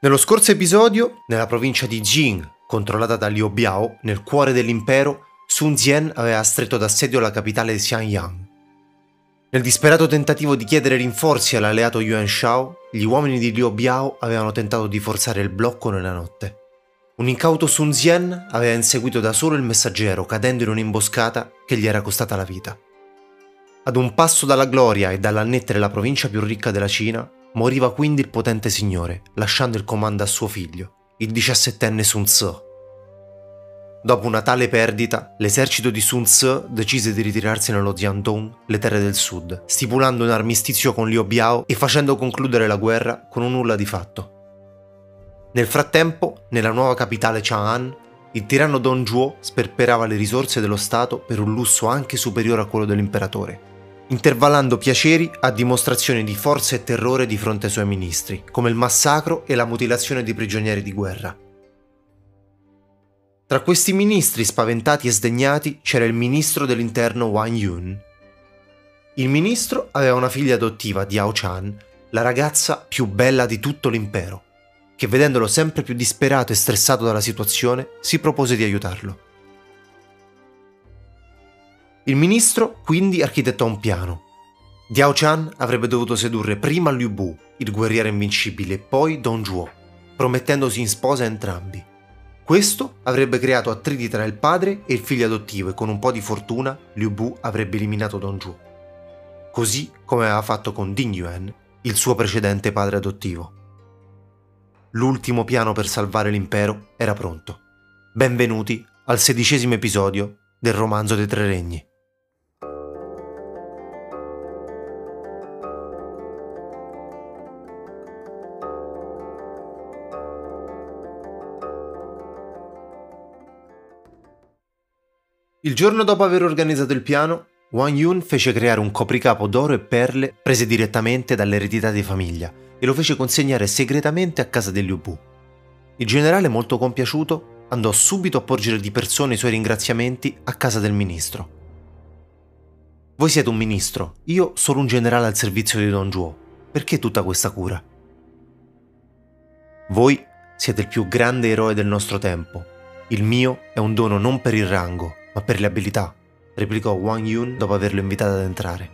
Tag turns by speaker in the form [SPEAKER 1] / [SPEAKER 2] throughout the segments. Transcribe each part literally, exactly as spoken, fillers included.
[SPEAKER 1] Nello scorso episodio, nella provincia di Jing, controllata da Liu Biao, nel cuore dell'impero, Sun Jian aveva stretto d'assedio la capitale di Xianyang. Nel disperato tentativo di chiedere rinforzi all'alleato Yuan Shao, gli uomini di Liu Biao avevano tentato di forzare il blocco nella notte. Un incauto Sun Jian aveva inseguito da solo il messaggero, cadendo in un'imboscata che gli era costata la vita. Ad un passo dalla gloria e dall'annettere la provincia più ricca della Cina, moriva quindi il potente signore, lasciando il comando a suo figlio, il diciassettenne Sun Ce. Dopo una tale perdita, l'esercito di Sun Ce decise di ritirarsi nello Jiangdong, le terre del sud, stipulando un armistizio con Liu Biao e facendo concludere la guerra con un nulla di fatto. Nel frattempo, nella nuova capitale Chang'an, il tiranno Dong Zhuo sperperava le risorse dello Stato per un lusso anche superiore a quello dell'imperatore, intervallando piaceri a dimostrazioni di forza e terrore di fronte ai suoi ministri, come il massacro e la mutilazione di prigionieri di guerra. Tra questi ministri spaventati e sdegnati c'era il ministro dell'interno Wang Yun. Il ministro aveva una figlia adottiva, Diao Chan, la ragazza più bella di tutto l'impero, che vedendolo sempre più disperato e stressato dalla situazione, si propose di aiutarlo. Il ministro quindi architettò un piano. Diao Chan avrebbe dovuto sedurre prima Liu Bu, il guerriero invincibile, e poi Dong Zhuo, promettendosi in sposa a entrambi. Questo avrebbe creato attriti tra il padre e il figlio adottivo e con un po' di fortuna Liu Bu avrebbe eliminato Dong Zhuo, così come aveva fatto con Ding Yuan, il suo precedente padre adottivo. L'ultimo piano per salvare l'impero era pronto. Benvenuti al sedicesimo episodio del Romanzo dei Tre Regni. Il giorno dopo aver organizzato il piano, Wang Yun fece creare un copricapo d'oro e perle prese direttamente dall'eredità di famiglia e lo fece consegnare segretamente a casa di Liu Bu. Il generale, molto compiaciuto, andò subito a porgere di persona i suoi ringraziamenti a casa del ministro. Voi siete un ministro, io solo un generale al servizio di Dong Zhuo. Perché tutta questa cura? Voi siete il più grande eroe del nostro tempo. Il mio è un dono non per il rango, ma per le abilità, replicò Wang Yun dopo averlo invitato ad entrare.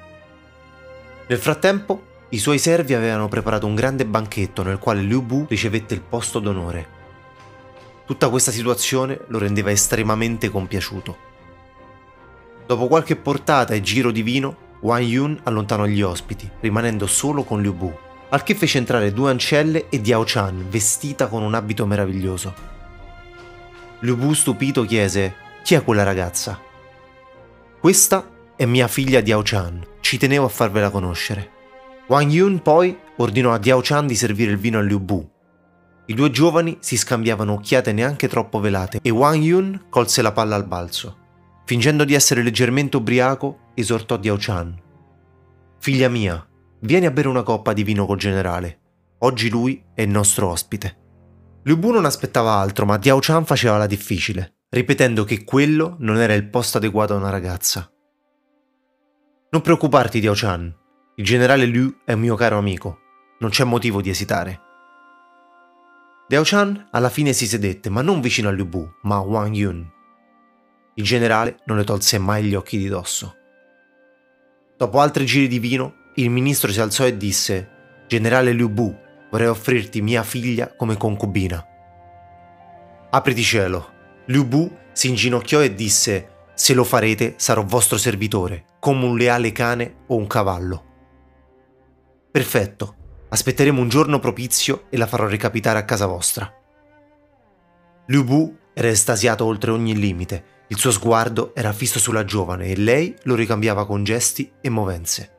[SPEAKER 1] Nel frattempo, i suoi servi avevano preparato un grande banchetto nel quale Liu Bu ricevette il posto d'onore. Tutta questa situazione lo rendeva estremamente compiaciuto. Dopo qualche portata e giro di vino, Wang Yun allontanò gli ospiti, rimanendo solo con Liu Bu, al che fece entrare due ancelle e Diao Chan, vestita con un abito meraviglioso. Liu Bu, stupito, chiese: «Chi è quella ragazza?» «Questa è mia figlia Diao Chan, ci tenevo a farvela conoscere». Wang Yun poi ordinò a Diao Chan di servire il vino a Liu Bu. I due giovani si scambiavano occhiate neanche troppo velate e Wang Yun colse la palla al balzo. Fingendo di essere leggermente ubriaco, esortò Diao Chan: «Figlia mia, vieni a bere una coppa di vino col generale. Oggi lui è il nostro ospite». Liu Bu non aspettava altro, ma Diao Chan faceva la difficile, ripetendo che quello non era il posto adeguato a una ragazza. «Non preoccuparti, Diao Chan. Il generale Liu è un mio caro amico. Non c'è motivo di esitare». Diao Chan alla fine si sedette, ma non vicino a Liu Bu, ma a Wang Yun. Il generale non le tolse mai gli occhi di dosso. Dopo altri giri di vino, il ministro si alzò e disse: «Generale Liu Bu, vorrei offrirti mia figlia come concubina». «Apriti cielo». Liu Bu si inginocchiò e disse: «Se lo farete sarò vostro servitore, come un leale cane o un cavallo». «Perfetto, aspetteremo un giorno propizio e la farò recapitare a casa vostra». Liu Bu era estasiato oltre ogni limite, il suo sguardo era fisso sulla giovane e lei lo ricambiava con gesti e movenze.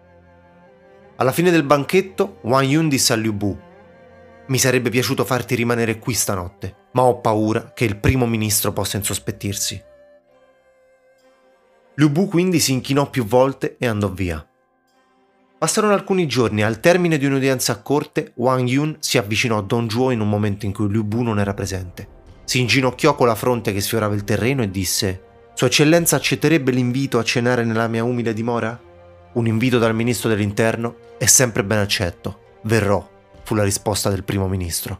[SPEAKER 1] Alla fine del banchetto, Wang Yun disse a Liu Bu: «Mi sarebbe piaciuto farti rimanere qui stanotte, ma ho paura che il primo ministro possa insospettirsi». Liu Bu quindi si inchinò più volte e andò via. Passarono alcuni giorni e al termine di un'udienza a corte, Wang Yun si avvicinò a Dong Zhuo in un momento in cui Liu Bu non era presente. Si inginocchiò con la fronte che sfiorava il terreno e disse: «Sua eccellenza accetterebbe l'invito a cenare nella mia umile dimora? Un invito dal ministro dell'interno è sempre ben accetto. Verrò». fu la risposta del primo ministro.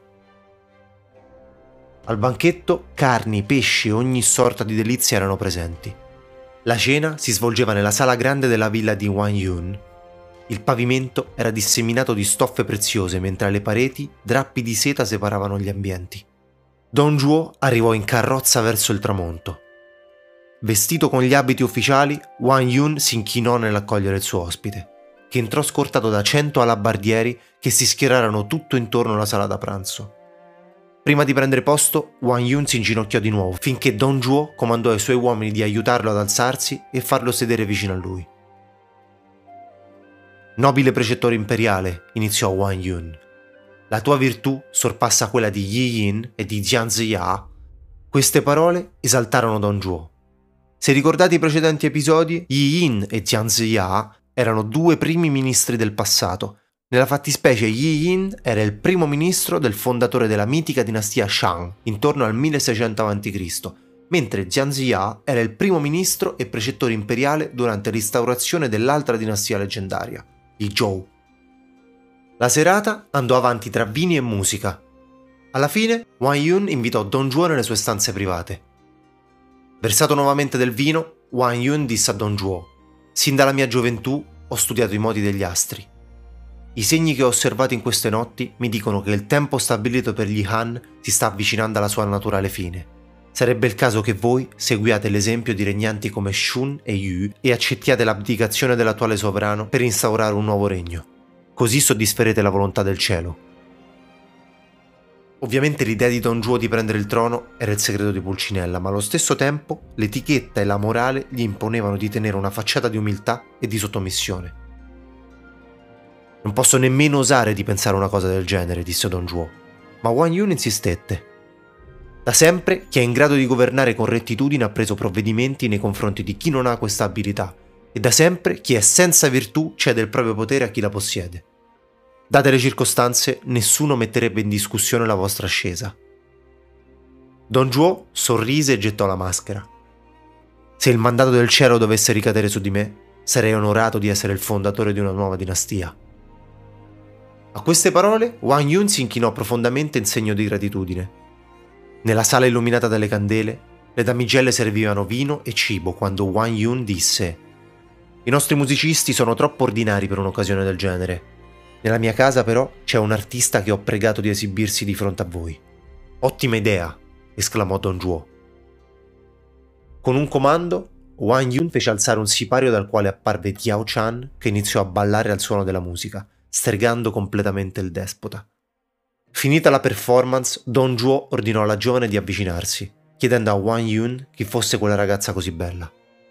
[SPEAKER 1] Al banchetto carni, pesci e ogni sorta di delizia erano presenti. La cena si svolgeva nella sala grande della villa di Wang Yun. Il pavimento era disseminato di stoffe preziose, mentre alle pareti drappi di seta separavano gli ambienti. Don Zhuo arrivò in carrozza verso il tramonto. Vestito con gli abiti ufficiali, Wang Yun si inchinò nell'accogliere il suo ospite, che entrò scortato da cento alabardieri che si schierarono tutto intorno alla sala da pranzo. Prima di prendere posto, Wang Yun si inginocchiò di nuovo, finché Don Zhuo comandò ai suoi uomini di aiutarlo ad alzarsi e farlo sedere vicino a lui. «Nobile precettore imperiale», iniziò Wang Yun, «la tua virtù sorpassa quella di Yi Yin e di Jiang Ziya». Queste parole esaltarono Don Zhuo. Se ricordate i precedenti episodi, Yi Yin e Jiang Ziya erano due primi ministri del passato. Nella fattispecie Yi Yin era il primo ministro del fondatore della mitica dinastia Shang, intorno al milleseicento avanti Cristo, mentre Jiang Ziya era il primo ministro e precettore imperiale durante l'instaurazione dell'altra dinastia leggendaria, i Zhou. La serata andò avanti tra vini e musica. Alla fine, Wang Yun invitò Don Zhuo nelle sue stanze private. Versato nuovamente del vino, Wang Yun disse a Don Zhuo: «Sin dalla mia gioventù ho studiato i modi degli astri. I segni che ho osservati in queste notti mi dicono che il tempo stabilito per gli Han si sta avvicinando alla sua naturale fine. Sarebbe il caso che voi seguiate l'esempio di regnanti come Shun e Yu e accettiate l'abdicazione dell'attuale sovrano per instaurare un nuovo regno. Così soddisferete la volontà del cielo». Ovviamente l'idea di Don Zhuo di prendere il trono era il segreto di Pulcinella, ma allo stesso tempo l'etichetta e la morale gli imponevano di tenere una facciata di umiltà e di sottomissione. «Non posso nemmeno osare di pensare una cosa del genere», disse Don Zhuo, ma Wang Yun insistette. Da sempre chi è in grado di governare con rettitudine ha preso provvedimenti nei confronti di chi non ha questa abilità, e da sempre chi è senza virtù cede il proprio potere a chi la possiede. Date le circostanze, nessuno metterebbe in discussione la vostra ascesa. Don Zhuo sorrise e gettò la maschera. «Se il mandato del cielo dovesse ricadere su di me, sarei onorato di essere il fondatore di una nuova dinastia». A queste parole, Wang Yun si inchinò profondamente in segno di gratitudine. Nella sala illuminata dalle candele, le damigelle servivano vino e cibo quando Wang Yun disse: «I nostri musicisti sono troppo ordinari per un'occasione del genere. Nella mia casa, però, c'è un artista che ho pregato di esibirsi di fronte a voi». «Ottima idea!» esclamò Don Zhuo. Con un comando, Wang Yun fece alzare un sipario dal quale apparve Diao Chan, che iniziò a ballare al suono della musica, stregando completamente il despota. Finita la performance, Don Zhuo ordinò alla giovane di avvicinarsi, chiedendo a Wang Yun chi fosse quella ragazza così bella.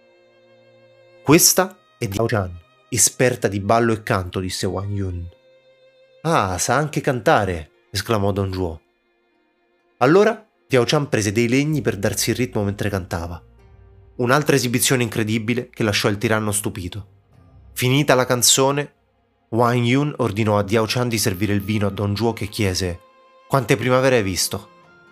[SPEAKER 1] «Questa è Diao Chan, esperta di ballo e canto», disse Wang Yun. «Ah, sa anche cantare», esclamò Don Zhuo. Allora Diao Chan prese dei legni per darsi il ritmo mentre cantava. Un'altra esibizione incredibile che lasciò il tiranno stupito. Finita la canzone, Wang Yun ordinò a Diao Chan di servire il vino a Don Zhuo, che chiese: «Quante primavere hai visto?»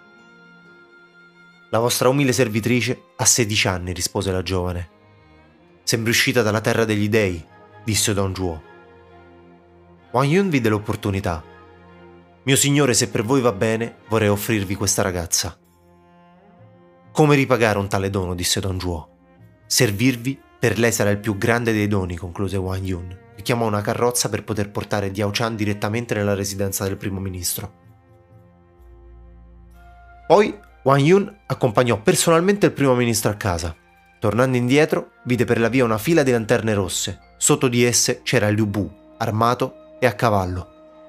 [SPEAKER 1] «La vostra umile servitrice ha sedici anni», rispose la giovane. «Sembri uscita dalla terra degli dei», disse Don Zhuo. Wang Yun vide l'opportunità. «Mio signore, se per voi va bene, vorrei offrirvi questa ragazza». «Come ripagare un tale dono?» disse Don Zhuo. «Servirvi per lei sarà il più grande dei doni», concluse Wang Yun, e chiamò una carrozza per poter portare Diao Chan direttamente nella residenza del primo ministro. Poi Wang Yun accompagnò personalmente il primo ministro a casa. Tornando indietro, vide per la via una fila di lanterne rosse. Sotto di esse c'era Liu Bu, armato e a cavallo.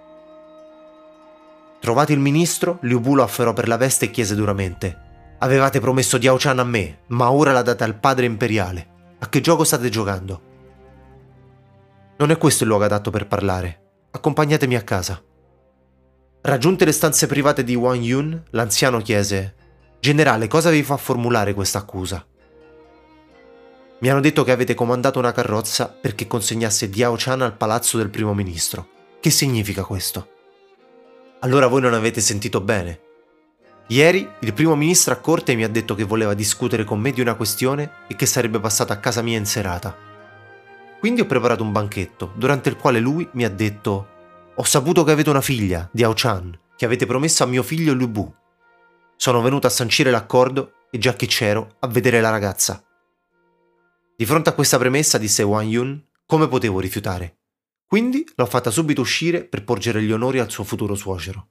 [SPEAKER 1] Trovato il ministro, Liu Bu lo afferrò per la veste e chiese duramente: «Avevate promesso Diao Chan a me, ma ora la date al padre imperiale. A che gioco state giocando?» «Non è questo il luogo adatto per parlare. Accompagnatemi a casa». Raggiunte le stanze private di Wang Yun, l'anziano chiese: «Generale, cosa vi fa formulare questa accusa?» «Mi hanno detto che avete comandato una carrozza perché consegnasse Diao Chan al palazzo del primo ministro. Che significa questo?» «Allora voi non avete sentito bene. Ieri il primo ministro a corte mi ha detto che voleva discutere con me di una questione e che sarebbe passato a casa mia in serata. Quindi ho preparato un banchetto, durante il quale lui mi ha detto: Ho saputo che avete una figlia, Diao Chan, che avete promesso a mio figlio Liu Bu. Sono venuto a sancire l'accordo e già che c'ero, a vedere la ragazza. Di fronte a questa premessa, disse Wang Yun, come potevo rifiutare? Quindi l'ho fatta subito uscire per porgere gli onori al suo futuro suocero.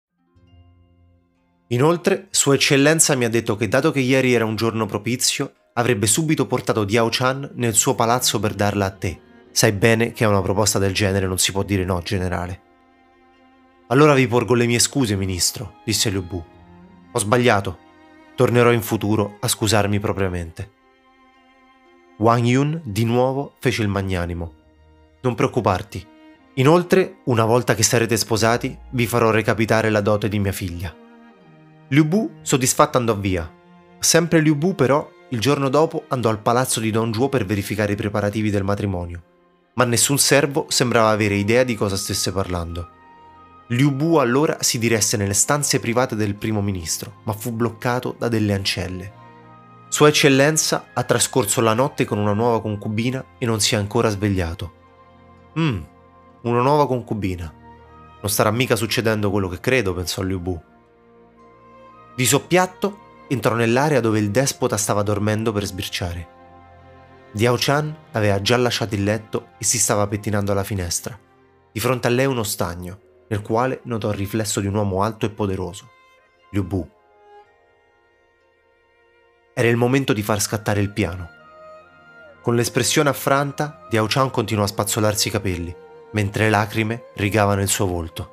[SPEAKER 1] Inoltre, Sua Eccellenza mi ha detto che dato che ieri era un giorno propizio, avrebbe subito portato Diao Chan nel suo palazzo per darla a te. Sai bene che a una proposta del genere non si può dire no, generale. Allora vi porgo le mie scuse, ministro, disse Liu Bu. Ho sbagliato. Tornerò in futuro a scusarmi propriamente. Wang Yun di nuovo fece il magnanimo. Non preoccuparti. Inoltre, una volta che sarete sposati, vi farò recapitare la dote di mia figlia. Liu Bu, soddisfatta, andò via. Sempre Liu Bu, però, il giorno dopo andò al palazzo di Don Zhuo per verificare i preparativi del matrimonio, ma nessun servo sembrava avere idea di cosa stesse parlando. Liu Bu allora si diresse nelle stanze private del primo ministro, ma fu bloccato da delle ancelle. Sua Eccellenza ha trascorso la notte con una nuova concubina e non si è ancora svegliato. Mmm, una nuova concubina. Non starà mica succedendo quello che credo, pensò Liu Bu. Di soppiatto entrò nell'area dove il despota stava dormendo per sbirciare. Diao Chan aveva già lasciato il letto e si stava pettinando alla finestra. Di fronte a lei uno stagno, nel quale notò il riflesso di un uomo alto e poderoso, Liu Bu. Era il momento di far scattare il piano. Con l'espressione affranta, Diao Chan continuò a spazzolarsi i capelli, mentre lacrime rigavano il suo volto.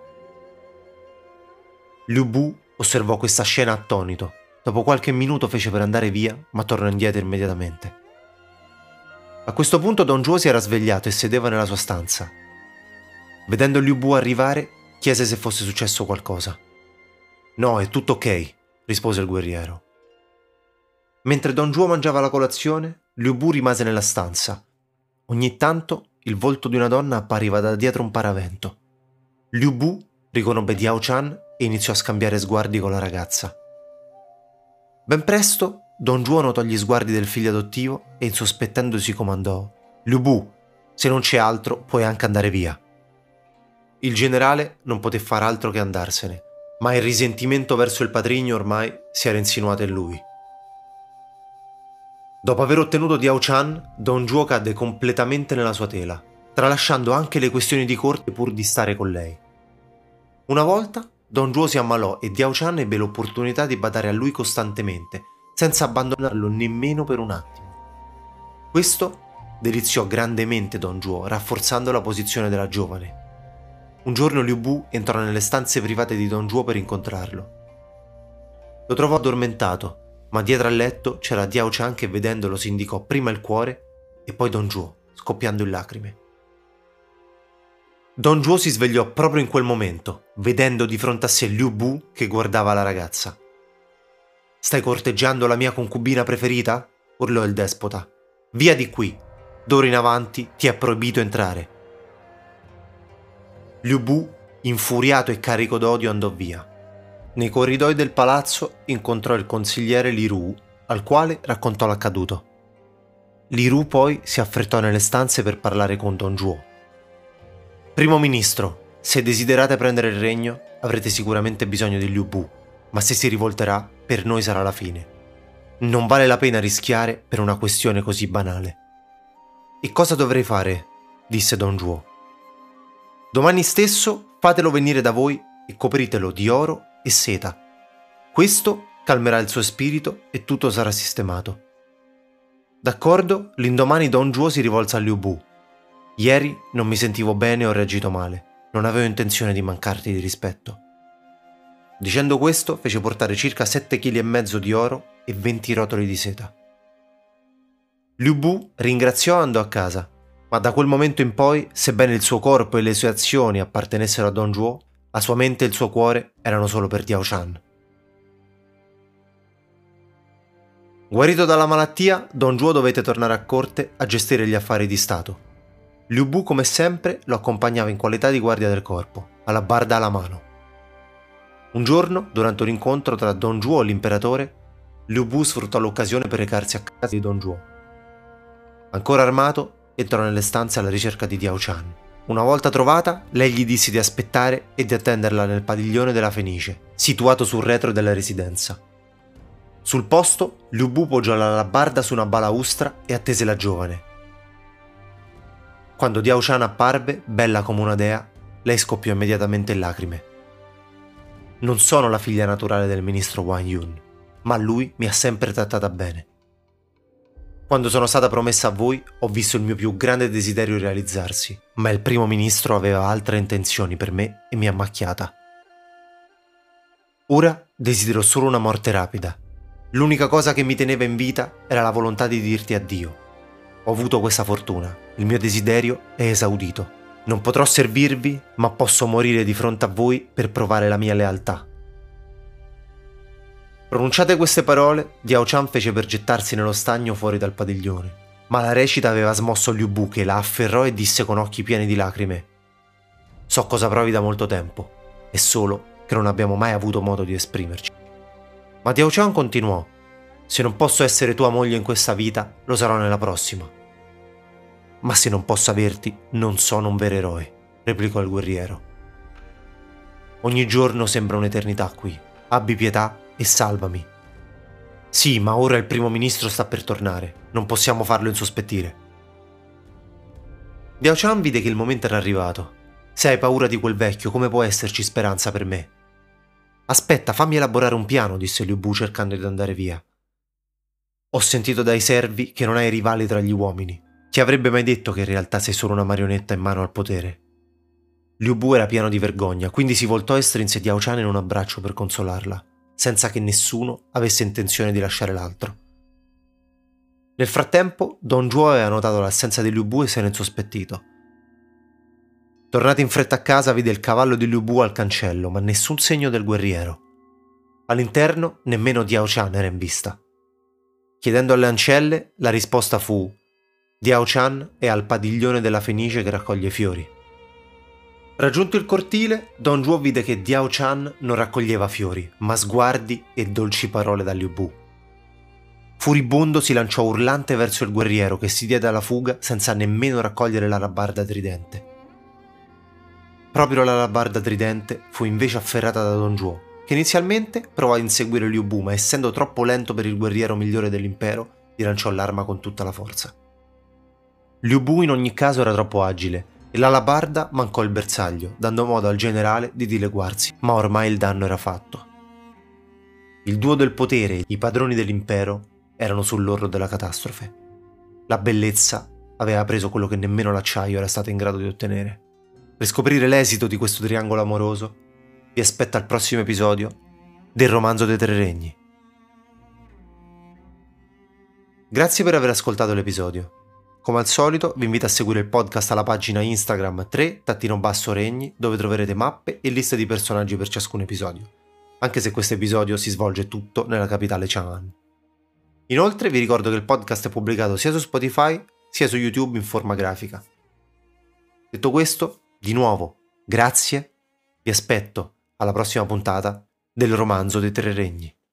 [SPEAKER 1] Liu Bu osservò questa scena attonito. Dopo qualche minuto fece per andare via, ma tornò indietro immediatamente. A questo punto Don Zhuo si era svegliato e sedeva nella sua stanza. Vedendo Liu Bu arrivare, chiese se fosse successo qualcosa. No, è tutto ok, rispose il guerriero. Mentre Don Zhuo mangiava la colazione, Liu Bu rimase nella stanza. Ogni tanto il volto di una donna appariva da dietro un paravento. Liu Bu riconobbe Diao Chan e iniziò a scambiare sguardi con la ragazza. Ben presto Don Zhuo notò gli sguardi del figlio adottivo e insospettendosi comandò: Liu Bu, se non c'è altro puoi anche andare via. Il generale non poté far altro che andarsene, ma il risentimento verso il patrigno ormai si era insinuato in lui. Dopo aver ottenuto Diao Chan, Don Zhuo cadde completamente nella sua tela, tralasciando anche le questioni di corte pur di stare con lei. Una volta Don Zhuo si ammalò e Diao Chan ebbe l'opportunità di badare a lui costantemente, senza abbandonarlo nemmeno per un attimo. Questo deliziò grandemente Don Zhuo, rafforzando la posizione della giovane. Un giorno Liu Bu entrò nelle stanze private di Don Zhuo per incontrarlo. Lo trovò addormentato, ma dietro al letto c'era Diao Chan che vedendolo si indicò prima il cuore e poi Don Zhuo, scoppiando in lacrime. Don Zhuo si svegliò proprio in quel momento, vedendo di fronte a sé Liu Bu che guardava la ragazza. «Stai corteggiando la mia concubina preferita?» urlò il despota. «Via di qui! D'ora in avanti ti è proibito entrare!» Liu Bu, infuriato e carico d'odio, andò via. Nei corridoi del palazzo incontrò il consigliere Li Ru, al quale raccontò l'accaduto. Li Ru poi si affrettò nelle stanze per parlare con Don Zhuo. «Primo ministro, se desiderate prendere il regno, avrete sicuramente bisogno di Liu Bu, ma se si rivolterà, per noi sarà la fine. Non vale la pena rischiare per una questione così banale». «E cosa dovrei fare?» disse Don Zhuo. «Domani stesso fatelo venire da voi e copritelo di oro e seta. Questo calmerà il suo spirito e tutto sarà sistemato». D'accordo, l'indomani Don Zhuo si rivolse a Liu Bu. «Ieri non mi sentivo bene e ho reagito male. Non avevo intenzione di mancarti di rispetto». Dicendo questo, fece portare circa sette chili e mezzo di oro e venti rotoli di seta. Liu Bu ringraziò e andò a casa, ma da quel momento in poi, sebbene il suo corpo e le sue azioni appartenessero a Don Zhuo, la sua mente e il suo cuore erano solo per Diao Chan. Guarito dalla malattia, Don Zhuo dovette tornare a corte a gestire gli affari di Stato. Liu Bu, come sempre, lo accompagnava in qualità di guardia del corpo, alla barda alla mano. Un giorno, durante un incontro tra Don Zhuo e l'imperatore, Liu Bu sfruttò l'occasione per recarsi a casa di Don Zhuo. Ancora armato, entrò nelle stanze alla ricerca di Diao Chan. Una volta trovata, lei gli disse di aspettare e di attenderla nel padiglione della Fenice, situato sul retro della residenza. Sul posto, Liu Bu poggiò la alabarda su una balaustra e attese la giovane. Quando Diao Chan apparve, bella come una dea, lei scoppiò immediatamente in lacrime. Non sono la figlia naturale del ministro Wang Yun, ma lui mi ha sempre trattata bene. Quando sono stata promessa a voi, ho visto il mio più grande desiderio realizzarsi, ma il primo ministro aveva altre intenzioni per me e mi ha macchiata. Ora desidero solo una morte rapida. L'unica cosa che mi teneva in vita era la volontà di dirti addio. Ho avuto questa fortuna, il mio desiderio è esaudito. Non potrò servirvi, ma posso morire di fronte a voi per provare la mia lealtà. Pronunciate queste parole, Diao Chan fece per gettarsi nello stagno fuori dal padiglione, ma la recita aveva smosso Liu Bu, che la afferrò e disse con occhi pieni di lacrime: «So cosa provi da molto tempo, è solo che non abbiamo mai avuto modo di esprimerci». Ma Diao Chan continuò: «Se non posso essere tua moglie in questa vita, lo sarò nella prossima». «Ma se non posso averti, non sono un vero eroe», replicò il guerriero. «Ogni giorno sembra un'eternità qui. Abbi pietà e salvami». «Sì, ma ora il primo ministro sta per tornare. Non possiamo farlo insospettire». Diao Chan vide che il momento era arrivato. «Se hai paura di quel vecchio, come può esserci speranza per me?» «Aspetta, fammi elaborare un piano», disse Liu Bu cercando di andare via. «Ho sentito dai servi che non hai rivali tra gli uomini. Chi avrebbe mai detto che in realtà sei solo una marionetta in mano al potere?» Liu Bu era pieno di vergogna, quindi si voltò e strinse Diao Chan in un abbraccio per consolarla, senza che nessuno avesse intenzione di lasciare l'altro. Nel frattempo, Don Zhuo aveva notato l'assenza di Liu Bu e se ne insospettito. Tornati in fretta a casa, vide il cavallo di Liu Bu al cancello, ma nessun segno del guerriero. All'interno nemmeno Diao Chan era in vista. Chiedendo alle ancelle, la risposta fu: «Diao Chan è al padiglione della Fenice che raccoglie fiori». Raggiunto il cortile, Don Zhuo vide che Diao Chan non raccoglieva fiori, ma sguardi e dolci parole da Liu Bu. Furibondo si lanciò urlante verso il guerriero, che si diede alla fuga senza nemmeno raccogliere l'alabarda tridente. Proprio l'alabarda tridente fu invece afferrata da Don Zhuo, che inizialmente provò a inseguire Liu Bu, ma essendo troppo lento per il guerriero migliore dell'impero, gli lanciò l'arma con tutta la forza. Liu Bu in ogni caso era troppo agile, e l'alabarda mancò il bersaglio, dando modo al generale di dileguarsi, ma ormai il danno era fatto. Il duo del potere e i padroni dell'impero erano sull'orlo della catastrofe. La bellezza aveva preso quello che nemmeno l'acciaio era stato in grado di ottenere. Per scoprire l'esito di questo triangolo amoroso, vi aspetta il prossimo episodio del romanzo dei Tre Regni. Grazie per aver ascoltato l'episodio. Come al solito vi invito a seguire il podcast alla pagina Instagram tre tattino basso regni, dove troverete mappe e liste di personaggi per ciascun episodio, anche se questo episodio si svolge tutto nella capitale Chang'an. Inoltre vi ricordo che il podcast è pubblicato sia su Spotify sia su YouTube in forma grafica. Detto questo, di nuovo, grazie, vi aspetto alla prossima puntata del romanzo dei Tre Regni.